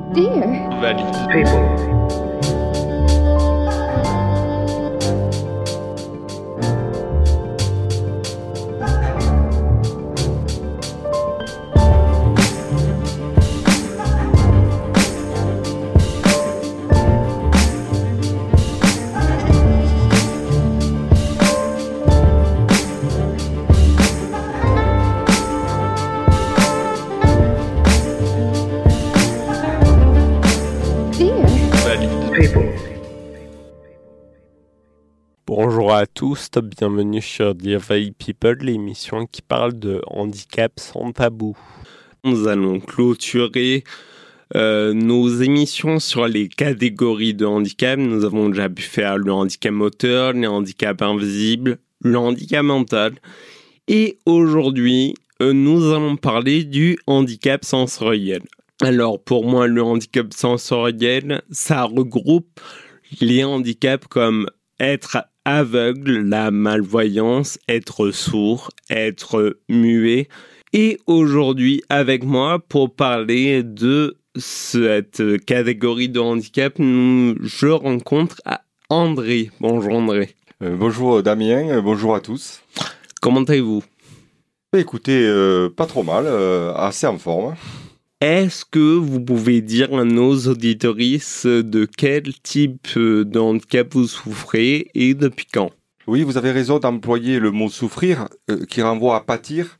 Dear. Valide. People. Bonjour à tous, bienvenue sur Dear Valley People, l'émission qui parle de handicap sans tabou. Nous allons clôturer nos émissions sur les catégories de handicap. Nous avons déjà pu faire le handicap moteur, le handicap invisible, le handicap mental. Et aujourd'hui, nous allons parler du handicap sensoriel. Alors pour moi, le handicap sensoriel, ça regroupe les handicaps comme être aveugle, la malvoyance, être sourd, être muet. Et aujourd'hui, avec moi, pour parler de cette catégorie de handicap, je rencontre André. Bonjour André. Bonjour Damien, bonjour à tous. Comment allez-vous ? Écoutez, pas trop mal, assez en forme. Est-ce que vous pouvez dire à nos auditorices de quel type de handicap vous souffrez et depuis quand ? Oui, vous avez raison d'employer le mot souffrir qui renvoie à pâtir.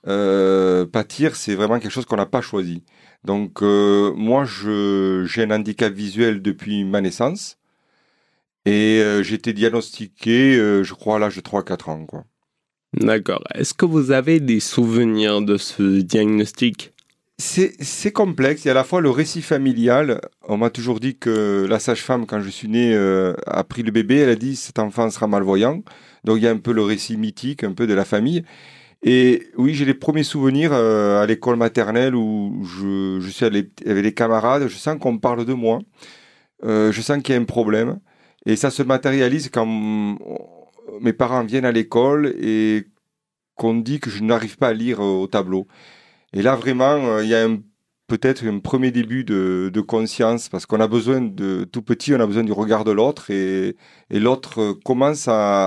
Pâtir, c'est vraiment quelque chose qu'on n'a pas choisi. Donc moi, j'ai un handicap visuel depuis ma naissance et j'ai été diagnostiqué, je crois, à l'âge de 3-4 ans, quoi. D'accord. Est-ce que vous avez des souvenirs de ce diagnostic ? C'est complexe. Il y a à la fois le récit familial. On m'a toujours dit que la sage-femme, quand je suis né, a pris le bébé. Elle a dit cet enfant sera malvoyant. Donc il y a un peu le récit mythique, un peu de la famille. Et oui, j'ai les premiers souvenirs à l'école maternelle où je suis allé avec les camarades. Je sens qu'on me parle de moi. Je sens qu'il y a un problème. Et ça se matérialise quand mes parents viennent à l'école et qu'on dit que je n'arrive pas à lire au tableau. Et là, vraiment, il y a peut-être un premier début de conscience, parce qu'on a besoin tout petit, on a besoin du regard de l'autre, et l'autre commence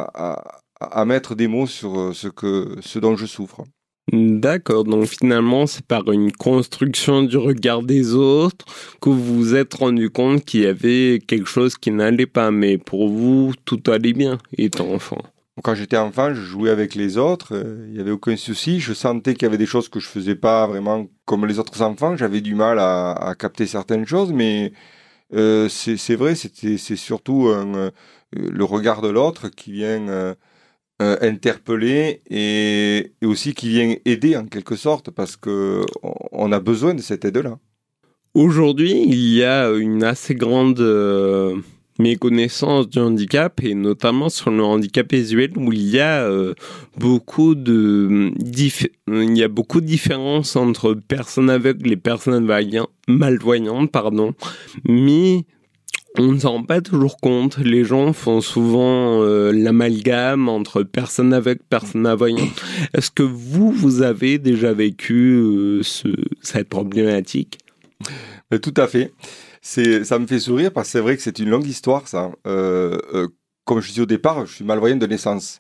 à mettre des mots sur ce dont je souffre. D'accord, donc finalement, c'est par une construction du regard des autres que vous vous êtes rendu compte qu'il y avait quelque chose qui n'allait pas, mais pour vous, tout allait bien, étant enfant. Quand j'étais enfant, je jouais avec les autres, il n'y avait aucun souci. Je sentais qu'il y avait des choses que je faisais pas vraiment comme les autres enfants. J'avais du mal à capter certaines choses, mais c'est vrai, c'est surtout le regard de l'autre qui vient interpeller et aussi qui vient aider en quelque sorte, parce qu'on a besoin de cette aide-là. Aujourd'hui, il y a une assez grande méconnaissance du handicap, et notamment sur le handicap visuel, où il y a beaucoup de différences entre personnes aveugles et personnes malvoyantes, mais on ne s'en rend pas toujours compte. Les gens font souvent l'amalgame entre personnes aveugles et personnes malvoyantes. Est-ce que vous avez déjà vécu cette problématique ? Tout à fait. Ça me fait sourire parce que c'est vrai que c'est une longue histoire, ça. Comme je disais au départ, je suis malvoyant de naissance.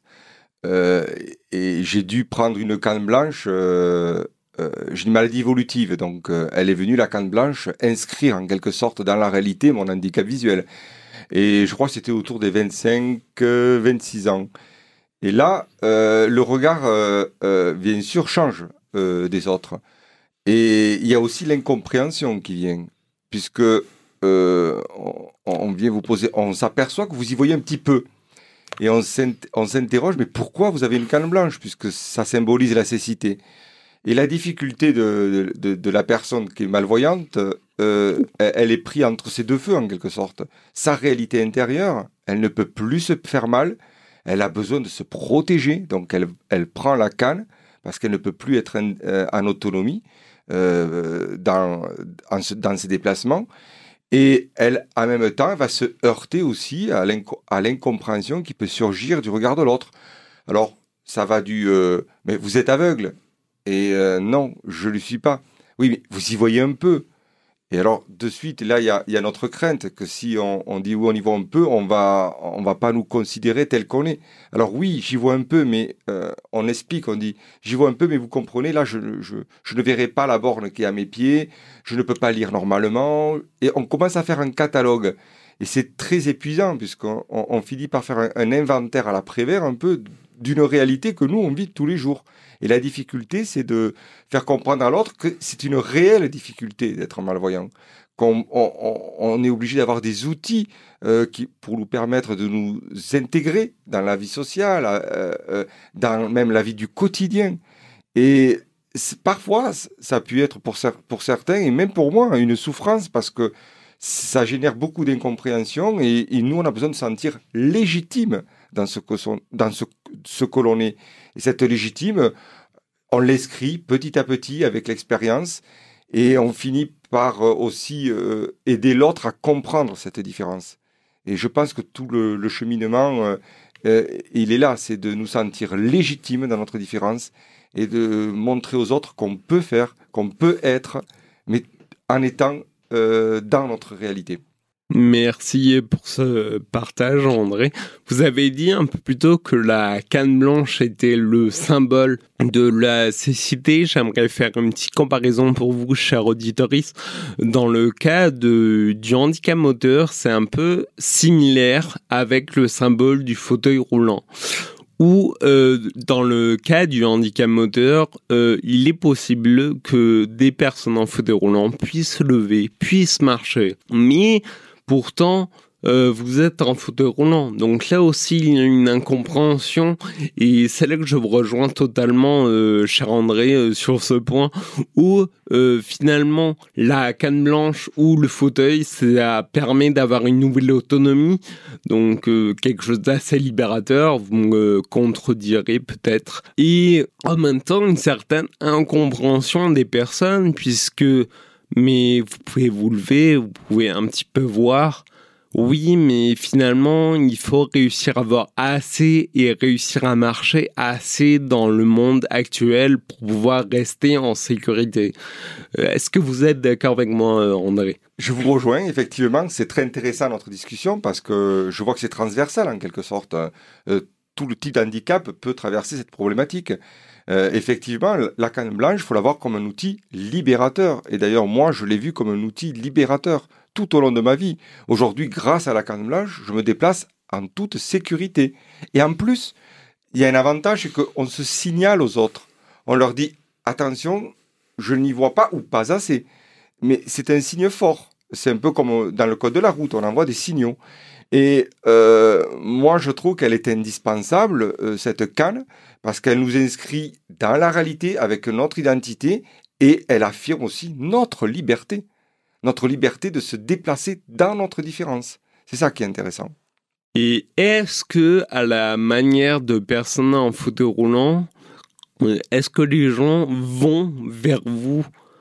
Et j'ai dû prendre une canne blanche. J'ai une maladie évolutive, donc elle est venue, la canne blanche, inscrire en quelque sorte dans la réalité mon handicap visuel. Et je crois que c'était autour des 25-26 ans. Et là, le regard, bien sûr, change des autres. Et il y a aussi l'incompréhension qui vient, puisque on vient vous poser, on s'aperçoit que vous y voyez un petit peu. Et on s'interroge, mais pourquoi vous avez une canne blanche, puisque ça symbolise la cécité. Et la difficulté de la personne qui est malvoyante, elle est prise entre ces deux feux, en quelque sorte. Sa réalité intérieure, elle ne peut plus se faire mal, elle a besoin de se protéger, donc elle prend la canne, parce qu'elle ne peut plus être en autonomie dans ses déplacements. Et elle, en même temps, elle va se heurter aussi à l'incompréhension qui peut surgir du regard de l'autre. Alors, ça va mais vous êtes aveugle. Et non, je ne le suis pas. Oui, mais vous y voyez un peu. Et alors, de suite, là, il y a notre crainte que si on dit oui, on y voit un peu, on va pas nous considérer tel qu'on est. Alors oui, j'y vois un peu, mais on explique, on dit, j'y vois un peu, mais vous comprenez, là, je ne verrai pas la borne qui est à mes pieds, je ne peux pas lire normalement. Et on commence à faire un catalogue. Et c'est très épuisant, puisqu'on finit par faire un inventaire à la Prévert, un peu d'une réalité que nous, on vit tous les jours. Et la difficulté, c'est de faire comprendre à l'autre que c'est une réelle difficulté d'être malvoyant. On est obligé d'avoir des outils pour nous permettre de nous intégrer dans la vie sociale, dans même la vie du quotidien. Et parfois, ça a pu être pour certains, et même pour moi, une souffrance, parce que ça génère beaucoup d'incompréhension, et nous, on a besoin de se sentir légitime dans ce que l'on est. Et cette légitime, on l'escrit petit à petit avec l'expérience, et on finit par aussi aider l'autre à comprendre cette différence. Et je pense que tout le cheminement, il est là, c'est de nous sentir légitimes dans notre différence et de montrer aux autres qu'on peut faire, qu'on peut être, mais en étant dans notre réalité. Merci pour ce partage, André. Vous avez dit un peu plus tôt que la canne blanche était le symbole de la cécité. J'aimerais faire une petite comparaison pour vous, chers auditeurs. Dans le cas du handicap moteur, c'est un peu similaire avec le symbole du fauteuil roulant. Ou dans le cas du handicap moteur, il est possible que des personnes en fauteuil roulant puissent se lever, puissent marcher. Mais pourtant, vous êtes en fauteuil roulant. Donc là aussi, il y a une incompréhension. Et c'est là que je vous rejoins totalement, cher André, sur ce point, où finalement, la canne blanche ou le fauteuil, ça permet d'avoir une nouvelle autonomie. Donc quelque chose d'assez libérateur, vous me contredirez peut-être. Et en même temps, une certaine incompréhension des personnes, puisque mais vous pouvez vous lever, vous pouvez un petit peu voir. Oui, mais finalement, il faut réussir à voir assez et réussir à marcher assez dans le monde actuel pour pouvoir rester en sécurité. Est-ce que vous êtes d'accord avec moi, André ? Je vous rejoins, effectivement, c'est très intéressant notre discussion parce que je vois que c'est transversal en quelque sorte. Tout le type d'handicap peut traverser cette problématique. Effectivement, la canne blanche, il faut la voir comme un outil libérateur. Et d'ailleurs, moi, je l'ai vu comme un outil libérateur tout au long de ma vie. Aujourd'hui, grâce à la canne blanche, je me déplace en toute sécurité. Et en plus, il y a un avantage, c'est qu'on se signale aux autres. On leur dit, attention, je n'y vois pas ou pas assez. Mais c'est un signe fort. C'est un peu comme dans le code de la route, on envoie des signaux. Et moi, je trouve qu'elle est indispensable, cette canne, parce qu'elle nous inscrit dans la réalité avec notre identité et elle affirme aussi notre liberté de se déplacer dans notre différence. C'est ça qui est intéressant. Et est-ce que, à la manière de personnes en fauteuil roulant, est-ce que les gens vont vers vous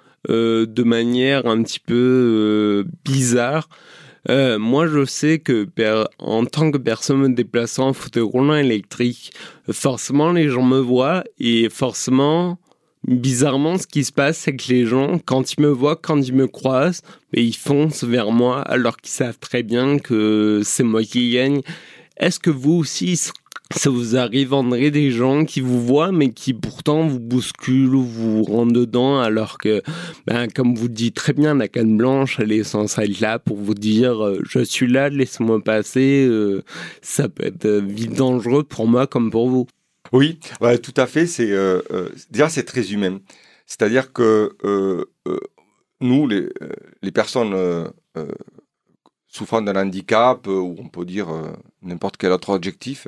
de manière un petit peu bizarre ? Moi, je sais que en tant que personne me déplaçant en fauteuil roulant électrique, forcément, les gens me voient et forcément, bizarrement, ce qui se passe, c'est que les gens, quand ils me voient, quand ils me croisent, ils foncent vers moi alors qu'ils savent très bien que c'est moi qui gagne. Est-ce que vous aussi, ça vous arrive, André, des gens qui vous voient, mais qui pourtant vous bousculent ou vous rentrent dedans, alors que, comme vous le dites très bien, la canne blanche, elle est censée être là pour vous dire je suis là, laissez-moi passer. Ça peut être vite dangereux pour moi comme pour vous. Oui, ouais, tout à fait. Déjà, c'est très humain. C'est-à-dire que nous, les personnes souffrant d'un handicap, ou on peut dire n'importe quel autre adjectif,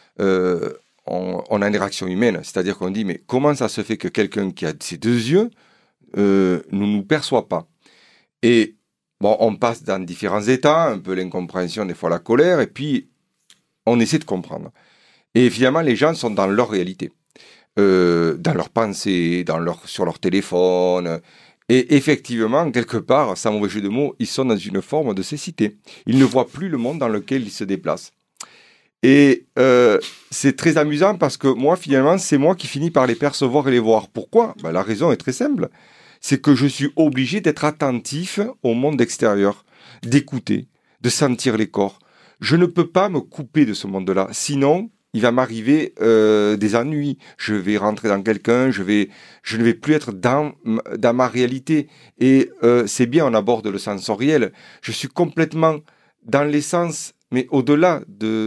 on a une réaction humaine, c'est-à-dire qu'on dit mais comment ça se fait que quelqu'un qui a ses deux yeux ne nous perçoit pas? Et bon, on passe dans différents états, un peu l'incompréhension, des fois la colère, et puis on essaie de comprendre. Et finalement, les gens sont dans leur réalité, dans leurs pensées, sur leur téléphone. Et effectivement, quelque part, sans mauvais jeu de mots, ils sont dans une forme de cécité. Ils ne voient plus le monde dans lequel ils se déplacent. Et c'est très amusant parce que moi, finalement, c'est moi qui finis par les percevoir et les voir. Pourquoi ? La raison est très simple. c'est que je suis obligé d'être attentif au monde extérieur, d'écouter, de sentir les corps. Je ne peux pas me couper de ce monde-là, sinon il va m'arriver des ennuis. Je vais rentrer dans quelqu'un, je ne vais plus être dans ma réalité. Et c'est bien, on aborde le sensoriel. Je suis complètement dans l'essence, mais au-delà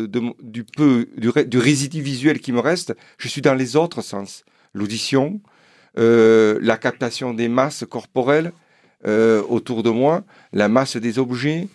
du résidu visuel qui me reste, je suis dans les autres sens. L'audition, la captation des masses corporelles autour de moi, la masse des objets.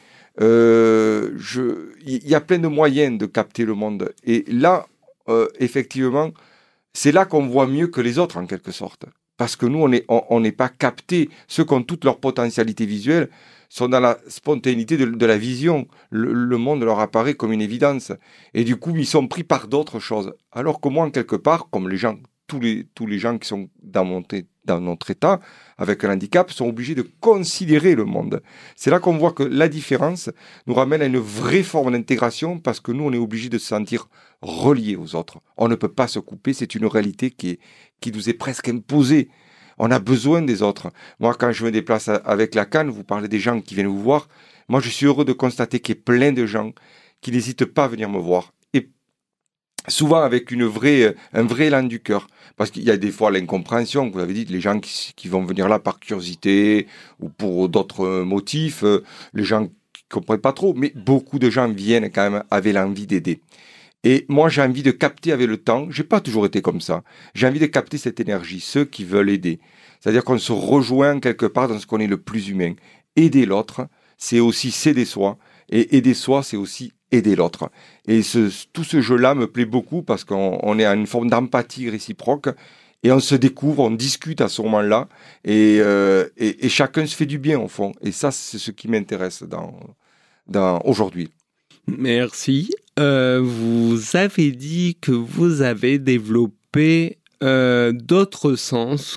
Il y a plein de moyens de capter le monde. Et là, effectivement, c'est là qu'on voit mieux que les autres, en quelque sorte. Parce que nous, on n'est pas captés. Ceux qui ont toute leur potentialité visuelle sont dans la spontanéité de la vision. Le monde leur apparaît comme une évidence. Et du coup, ils sont pris par d'autres choses. Alors que moi, en quelque part, comme les gens, tous les gens qui sont dans notre état, avec un handicap, sont obligés de considérer le monde. C'est là qu'on voit que la différence nous ramène à une vraie forme d'intégration, parce que nous, on est obligés de se sentir reliés aux autres. On ne peut pas se couper, c'est une réalité qui nous est presque imposée. On a besoin des autres. Moi, quand je me déplace avec la CAN, vous parlez des gens qui viennent vous voir. Moi, je suis heureux de constater qu'il y a plein de gens qui n'hésitent pas à venir me voir. Et souvent avec un vrai élan du cœur. Parce qu'il y a des fois l'incompréhension, vous l'avez dit, les gens qui vont venir là par curiosité ou pour d'autres motifs, les gens qui ne comprennent pas trop, mais beaucoup de gens viennent quand même avec l'envie d'aider. Et moi, j'ai envie de capter avec le temps, j'ai pas toujours été comme ça, j'ai envie de capter cette énergie, ceux qui veulent aider. C'est-à-dire qu'on se rejoint quelque part dans ce qu'on est le plus humain. Aider l'autre, c'est aussi s'aider soi, et aider soi, c'est aussi aider l'autre. Et tout ce jeu-là me plaît beaucoup parce qu'on est à une forme d'empathie réciproque et on se découvre, on discute à ce moment-là et chacun se fait du bien au fond. Et ça, c'est ce qui m'intéresse aujourd'hui. Merci. Vous avez dit que vous avez développé d'autres sens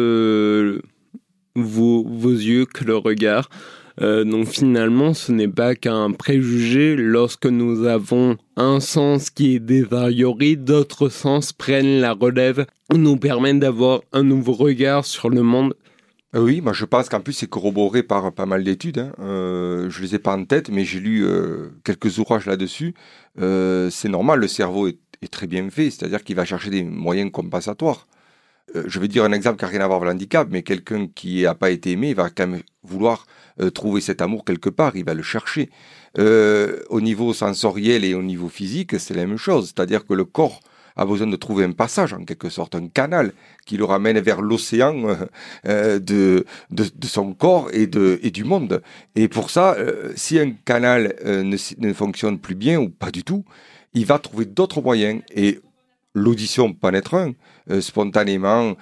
que vos yeux, que le regard. Donc finalement, ce n'est pas qu'un préjugé. Lorsque nous avons un sens qui est détérioré, d'autres sens prennent la relève, nous permettent d'avoir un nouveau regard sur le monde. Oui, moi je pense qu'en plus c'est corroboré par pas mal d'études. Je ne les ai pas en tête, mais j'ai lu quelques ouvrages là-dessus. C'est normal, le cerveau est très bien fait, c'est-à-dire qu'il va chercher des moyens compensatoires. Je vais dire un exemple qui n'a rien à voir avec l'handicap, mais quelqu'un qui n'a pas été aimé, il va quand même vouloir trouver cet amour quelque part, il va le chercher. Au niveau sensoriel et au niveau physique, c'est la même chose, c'est-à-dire que le corps a besoin de trouver un passage, en quelque sorte, un canal qui le ramène vers l'océan de son corps et du monde. Et pour ça, si un canal ne fonctionne plus bien, ou pas du tout, il va trouver d'autres moyens. Et l'audition peut en être un. Spontanément,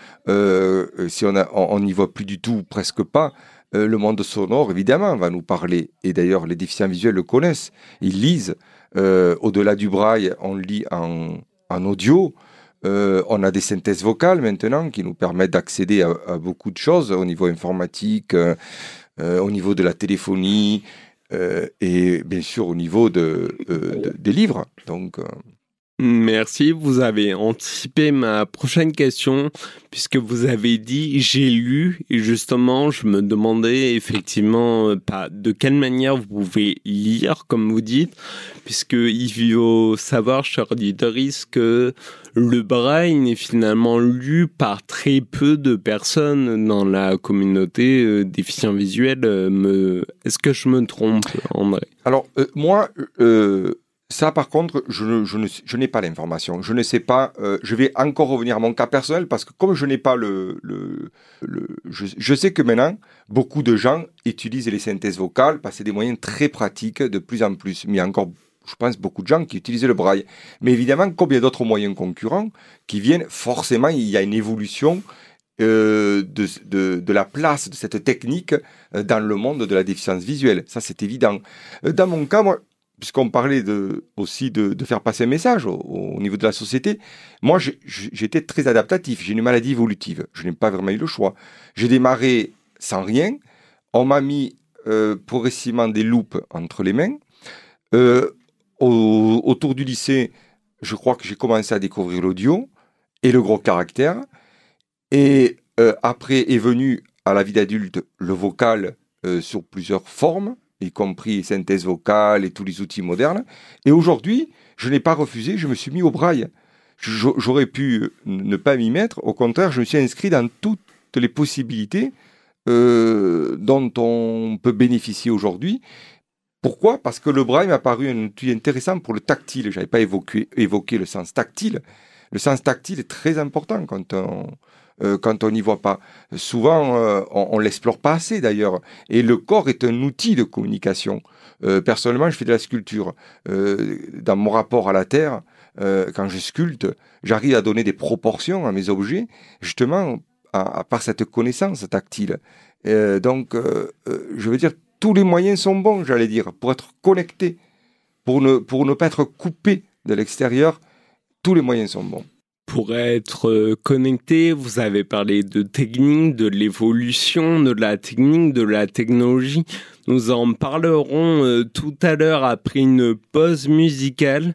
si on n'y voit plus du tout, presque pas, le monde sonore, évidemment, va nous parler. Et d'ailleurs, les déficients visuels le connaissent. Ils lisent. Au-delà du braille, on lit en audio. On a des synthèses vocales maintenant qui nous permettent d'accéder à beaucoup de choses au niveau informatique, au niveau de la téléphonie et bien sûr au niveau des livres. Donc... Merci, vous avez anticipé ma prochaine question puisque vous avez dit j'ai lu et justement je me demandais effectivement de quelle manière vous pouvez lire comme vous dites puisque il faut savoir, cher auditeurice, que le braille n'est finalement lu par très peu de personnes dans la communauté déficients visuels. Est-ce que je me trompe, André ? Alors moi... Ça, par contre, je n'ai pas l'information. Je ne sais pas. Je vais encore revenir à mon cas personnel parce que comme je n'ai pas je sais que maintenant, beaucoup de gens utilisent les synthèses vocales parce que c'est des moyens très pratiques de plus en plus. Mais il y a encore, je pense, beaucoup de gens qui utilisent le braille. Mais évidemment, comme il y a d'autres moyens concurrents qui viennent, forcément, il y a une évolution de la place de cette technique dans le monde de la déficience visuelle. Ça, c'est évident. Dans mon cas, moi, puisqu'on parlait aussi de faire passer un message au niveau de la société, moi j'étais très adaptatif, j'ai une maladie évolutive, je n'ai pas vraiment eu le choix. J'ai démarré sans rien, on m'a mis progressivement des loupes entre les mains. Autour du lycée, je crois que j'ai commencé à découvrir l'audio et le gros caractère. Et après est venu à la vie d'adulte le vocal sur plusieurs formes, y compris synthèse vocale et tous les outils modernes. Et aujourd'hui, je n'ai pas refusé, je me suis mis au braille. J'aurais pu ne pas m'y mettre. Au contraire, je me suis inscrit dans toutes les possibilités dont on peut bénéficier aujourd'hui. Pourquoi ? Parce que le braille m'a paru un outil intéressant pour le tactile. Je n'avais pas évoqué le sens tactile. Le sens tactile est très important quand on n'y voit pas. Souvent, on ne l'explore pas assez d'ailleurs. Et le corps est un outil de communication. Personnellement, je fais de la sculpture. Dans mon rapport à la terre, quand je sculpte, j'arrive à donner des proportions à mes objets, justement, par cette connaissance tactile. Donc, je veux dire, tous les moyens sont bons, j'allais dire, pour être connecté, pour ne pas être coupé de l'extérieur. Tous les moyens sont bons. Pour être connecté, vous avez parlé de technique, de l'évolution de la technique, de la technologie. Nous en parlerons tout à l'heure après une pause musicale.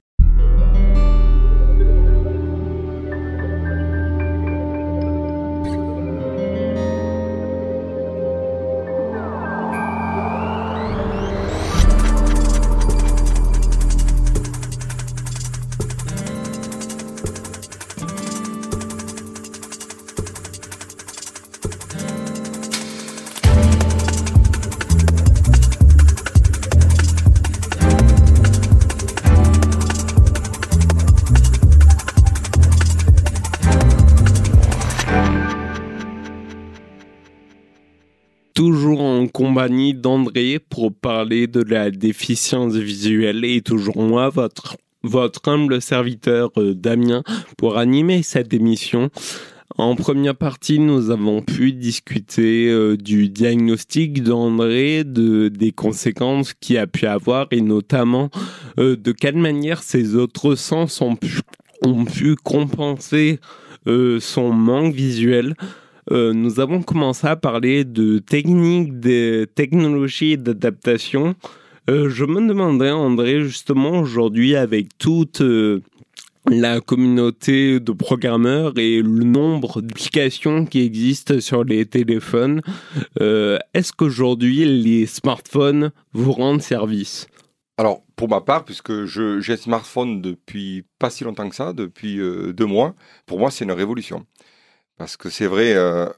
Toujours en compagnie d'André pour parler de la déficience visuelle et toujours moi, votre humble serviteur Damien, pour animer cette émission. En première partie, nous avons pu discuter du diagnostic d'André, des conséquences qu'il a pu avoir et notamment de quelle manière ses autres sens ont pu compenser son manque visuel. Nous avons commencé à parler de techniques, de technologies et d'adaptation. Je me demandais, André, justement, aujourd'hui, avec toute la communauté de programmeurs et le nombre d'applications qui existent sur les téléphones, est-ce qu'aujourd'hui, les smartphones vous rendent service ? Alors, pour ma part, puisque j'ai un smartphone depuis pas si longtemps que ça, depuis 2 mois, pour moi, c'est une révolution. Parce que c'est vrai,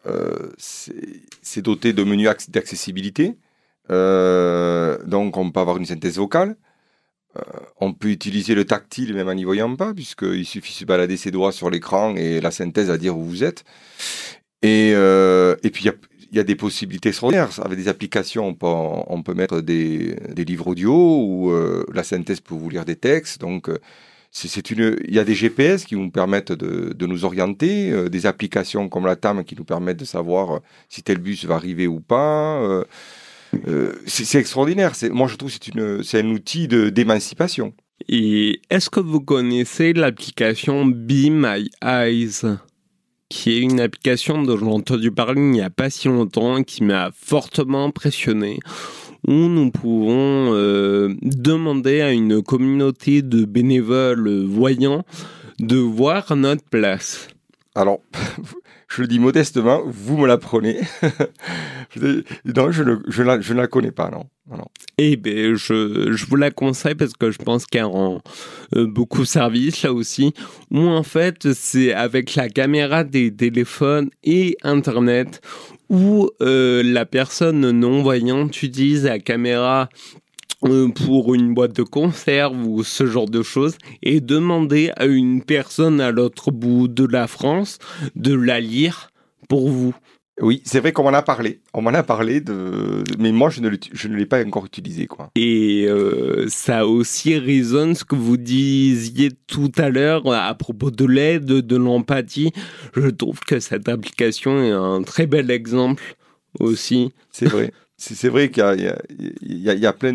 c'est doté de menus d'accessibilité. Donc, on peut avoir une synthèse vocale. On peut utiliser le tactile même en n'y voyant pas, puisqu'il suffit de se balader ses doigts sur l'écran et la synthèse à dire où vous êtes. Et puis, il y a des possibilités extraordinaires. Avec des applications, on peut mettre des livres audio ou la synthèse peut vous lire des textes. Donc, il y a des GPS qui nous permettent de nous orienter, des applications comme la TAM qui nous permettent de savoir si tel bus va arriver ou pas. C'est extraordinaire. Moi, je trouve que c'est un outil d'émancipation. Et est-ce que vous connaissez l'application Be My Eyes, qui est une application dont j'ai entendu parler il n'y a pas si longtemps, qui m'a fortement impressionné, où nous pouvons demander à une communauté de bénévoles voyants de voir notre place. Alors, je le dis modestement, vous me l'apprenez. Non, je ne la connais pas, non. Eh bien, je vous la conseille parce que je pense qu'elle rend beaucoup service, là aussi, où en fait, c'est avec la caméra des téléphones et Internet, où la personne non-voyante utilise la caméra pour une boîte de conserve ou ce genre de choses et demander à une personne à l'autre bout de la France de la lire pour vous. Oui, c'est vrai qu'on m'en a parlé. On m'en a parlé, mais moi, je ne l'ai pas encore utilisé, quoi. Et ça aussi résonne ce que vous disiez tout à l'heure à propos de l'aide, de l'empathie. Je trouve que cette application est un très bel exemple aussi. C'est vrai. C'est vrai qu'il y a plein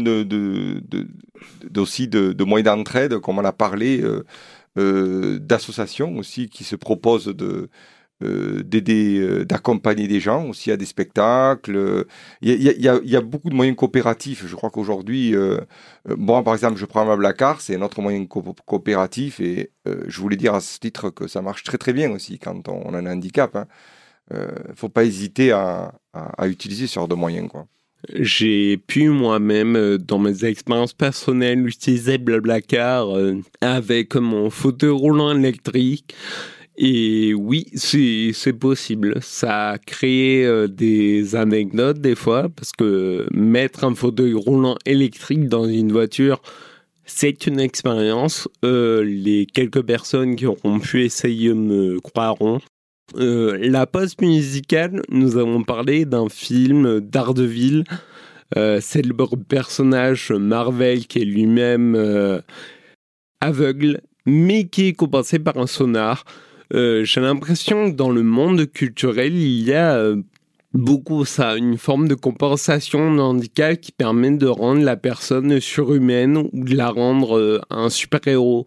aussi de moyens d'entraide, comme on a parlé, d'associations aussi qui se proposent d'aider, d'accompagner des gens aussi à des spectacles. Il y a beaucoup de moyens coopératifs. Je crois qu'aujourd'hui, par exemple, je prends Blablacar, c'est un autre moyen coopératif et je voulais dire à ce titre que ça marche très très bien aussi quand on a un handicap. Hein. faut pas hésiter à utiliser ce genre de moyens, quoi. J'ai pu moi-même, dans mes expériences personnelles, utiliser Blablacar avec mon fauteuil roulant électrique. Et oui, c'est possible. Ça a créé des anecdotes des fois, parce que mettre un fauteuil roulant électrique dans une voiture, c'est une expérience. Les quelques personnes qui auront pu essayer me croiront. La pause musicale, nous avons parlé d'un film Daredevil, célèbre personnage Marvel qui est lui-même aveugle, mais qui est compensé par un sonar. J'ai l'impression que dans le monde culturel, il y a beaucoup ça, une forme de compensation de handicap qui permet de rendre la personne surhumaine ou de la rendre un super-héros.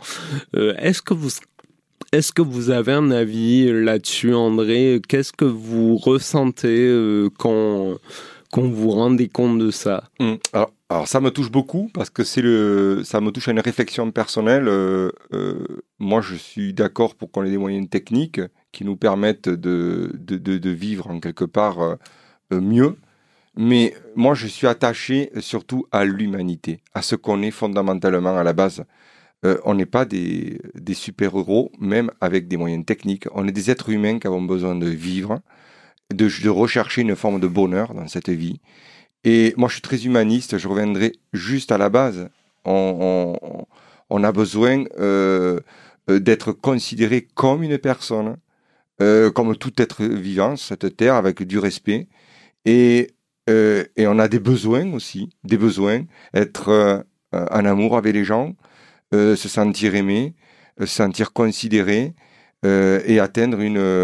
Est-ce que vous avez un avis là-dessus, André? Qu'est-ce que vous ressentez quand vous vous rendez compte de ça? Alors ça me touche beaucoup parce que ça me touche à une réflexion personnelle. Moi, je suis d'accord pour qu'on ait des moyens techniques qui nous permettent de vivre en quelque part mieux. Mais moi, je suis attaché surtout à l'humanité, à ce qu'on est fondamentalement à la base. On n'est pas des super-héros, même avec des moyens techniques. On est des êtres humains qui avons besoin de vivre, de rechercher une forme de bonheur dans cette vie. Et moi, je suis très humaniste, je reviendrai juste à la base. On a besoin d'être considéré comme une personne, comme tout être vivant sur cette terre, avec du respect. Et on a des besoins aussi, être en amour avec les gens, se sentir aimé, se sentir considéré et atteindre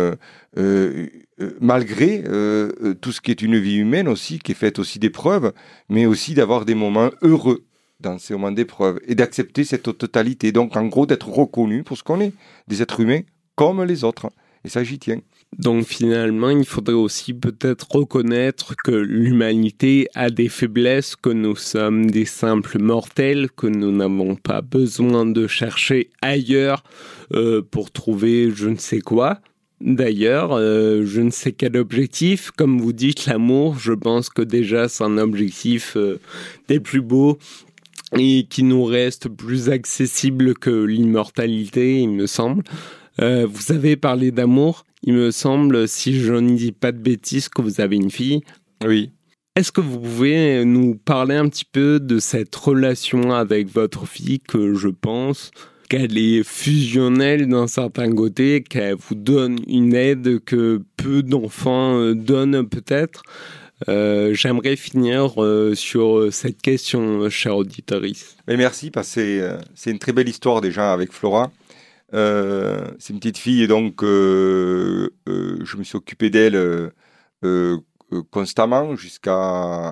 malgré tout ce qui est une vie humaine aussi, qui est faite aussi d'épreuves, mais aussi d'avoir des moments heureux dans ces moments d'épreuves et d'accepter cette totalité. Donc en gros d'être reconnu pour ce qu'on est, des êtres humains comme les autres. Et ça, j'y tiens. Donc finalement, il faudrait aussi peut-être reconnaître que l'humanité a des faiblesses, que nous sommes des simples mortels, que nous n'avons pas besoin de chercher ailleurs pour trouver je ne sais quoi. D'ailleurs, je ne sais quel objectif. Comme vous dites, l'amour, je pense que déjà c'est un objectif des plus beaux et qui nous reste plus accessible que l'immortalité, il me semble. Vous avez parlé d'amour, il me semble, si je ne dis pas de bêtises, que vous avez une fille. Oui. Est-ce que vous pouvez nous parler un petit peu de cette relation avec votre fille, que je pense qu'elle est fusionnelle d'un certain côté, qu'elle vous donne une aide que peu d'enfants donnent peut-être? J'aimerais finir sur cette question, chère auditrice. Mais merci, parce que c'est une très belle histoire déjà avec Flora. C'est une petite fille et donc je me suis occupé d'elle constamment jusqu'à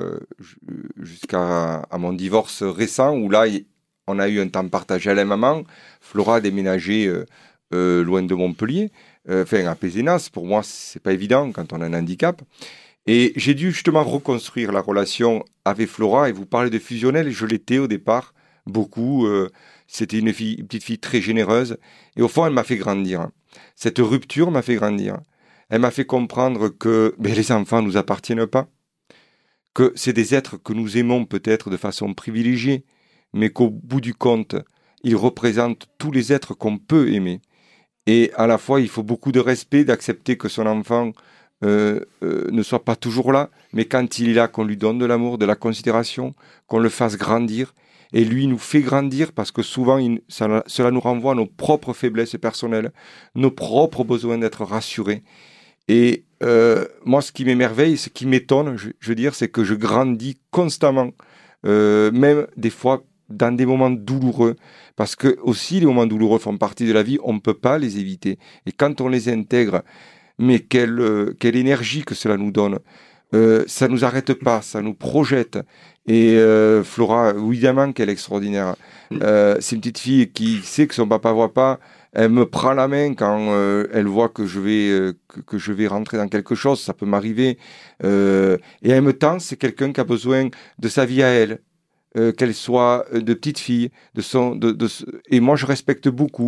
mon divorce récent où là on a eu un temps partagé à la maman. Flora a déménagé loin de Montpellier, à Pézenas. Pour moi c'est pas évident quand on a un handicap et j'ai dû justement reconstruire la relation avec Flora. Et vous parlez de fusionnel, je l'étais au départ beaucoup. C'était une petite fille très généreuse. Et au fond, elle m'a fait grandir. Cette rupture m'a fait grandir. Elle m'a fait comprendre que les enfants ne nous appartiennent pas. Que c'est des êtres que nous aimons peut-être de façon privilégiée, mais qu'au bout du compte, ils représentent tous les êtres qu'on peut aimer. Et à la fois, il faut beaucoup de respect, d'accepter que son enfant ne soit pas toujours là, mais quand il est là, qu'on lui donne de l'amour, de la considération, qu'on le fasse grandir. Et lui nous fait grandir parce que souvent cela nous renvoie à nos propres faiblesses personnelles, nos propres besoins d'être rassurés. Et moi, ce qui m'émerveille, ce qui m'étonne, je veux dire, c'est que je grandis constamment, même des fois dans des moments douloureux, parce que aussi les moments douloureux font partie de la vie, on ne peut pas les éviter. Et quand on les intègre, mais quelle énergie que cela nous donne. Ça ne nous arrête pas, ça nous projette. Et Flora, évidemment qu'elle est extraordinaire. C'est une petite fille qui sait que son papa ne voit pas. Elle me prend la main quand elle voit que je vais rentrer dans quelque chose. Ça peut m'arriver. Et en même temps, c'est quelqu'un qui a besoin de sa vie à elle. Qu'elle soit de petite fille. Et moi, je respecte beaucoup.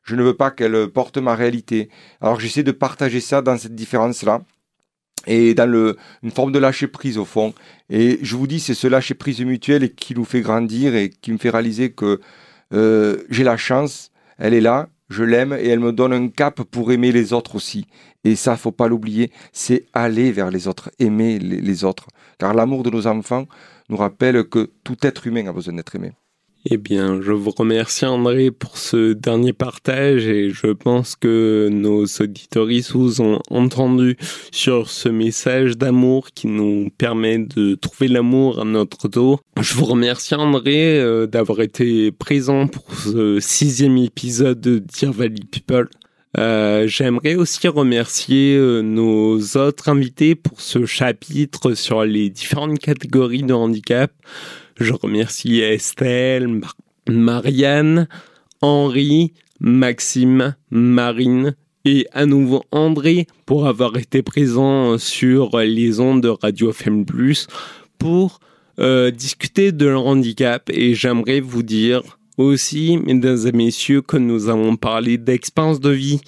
je ne veux pas qu'elle porte ma réalité. Alors j'essaie de partager ça dans cette différence-là, et dans une forme de lâcher-prise au fond. Et je vous dis, c'est ce lâcher-prise mutuel qui nous fait grandir et qui me fait réaliser que j'ai la chance, elle est là, je l'aime et elle me donne un cap pour aimer les autres aussi. Et ça, faut pas l'oublier, c'est aller vers les autres, aimer les autres. Car l'amour de nos enfants nous rappelle que tout être humain a besoin d'être aimé. Eh bien, je vous remercie André pour ce dernier partage et je pense que nos auditoristes vous ont entendu sur ce message d'amour qui nous permet de trouver l'amour à notre dos. Je vous remercie André d'avoir été présent pour ce 6e épisode de Dear Valley People. J'aimerais aussi remercier nos autres invités pour ce chapitre sur les différentes catégories de handicap. Je remercie Estelle, Marianne, Henri, Maxime, Marine et à nouveau André pour avoir été présents sur les ondes de Radio FM+, pour discuter de leur handicap. Et j'aimerais vous dire aussi, mesdames et messieurs, que nous avons parlé d'expérience de vie.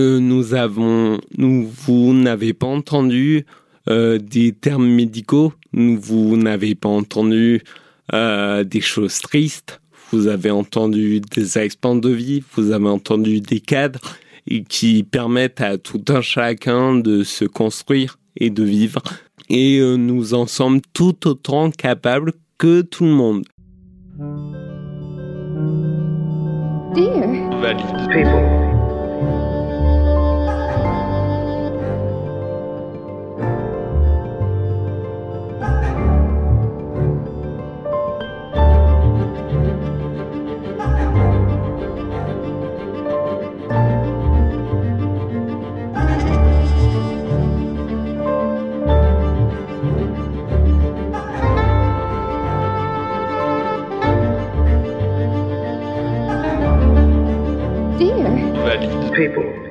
Vous n'avez pas entendu des termes médicaux, vous n'avez pas entendu des choses tristes, vous avez entendu des expériences de vie, vous avez entendu des cadres et qui permettent à tout un chacun de se construire et de vivre. Et nous en sommes tout autant capables que tout le monde. Dear Valley people. Valley People.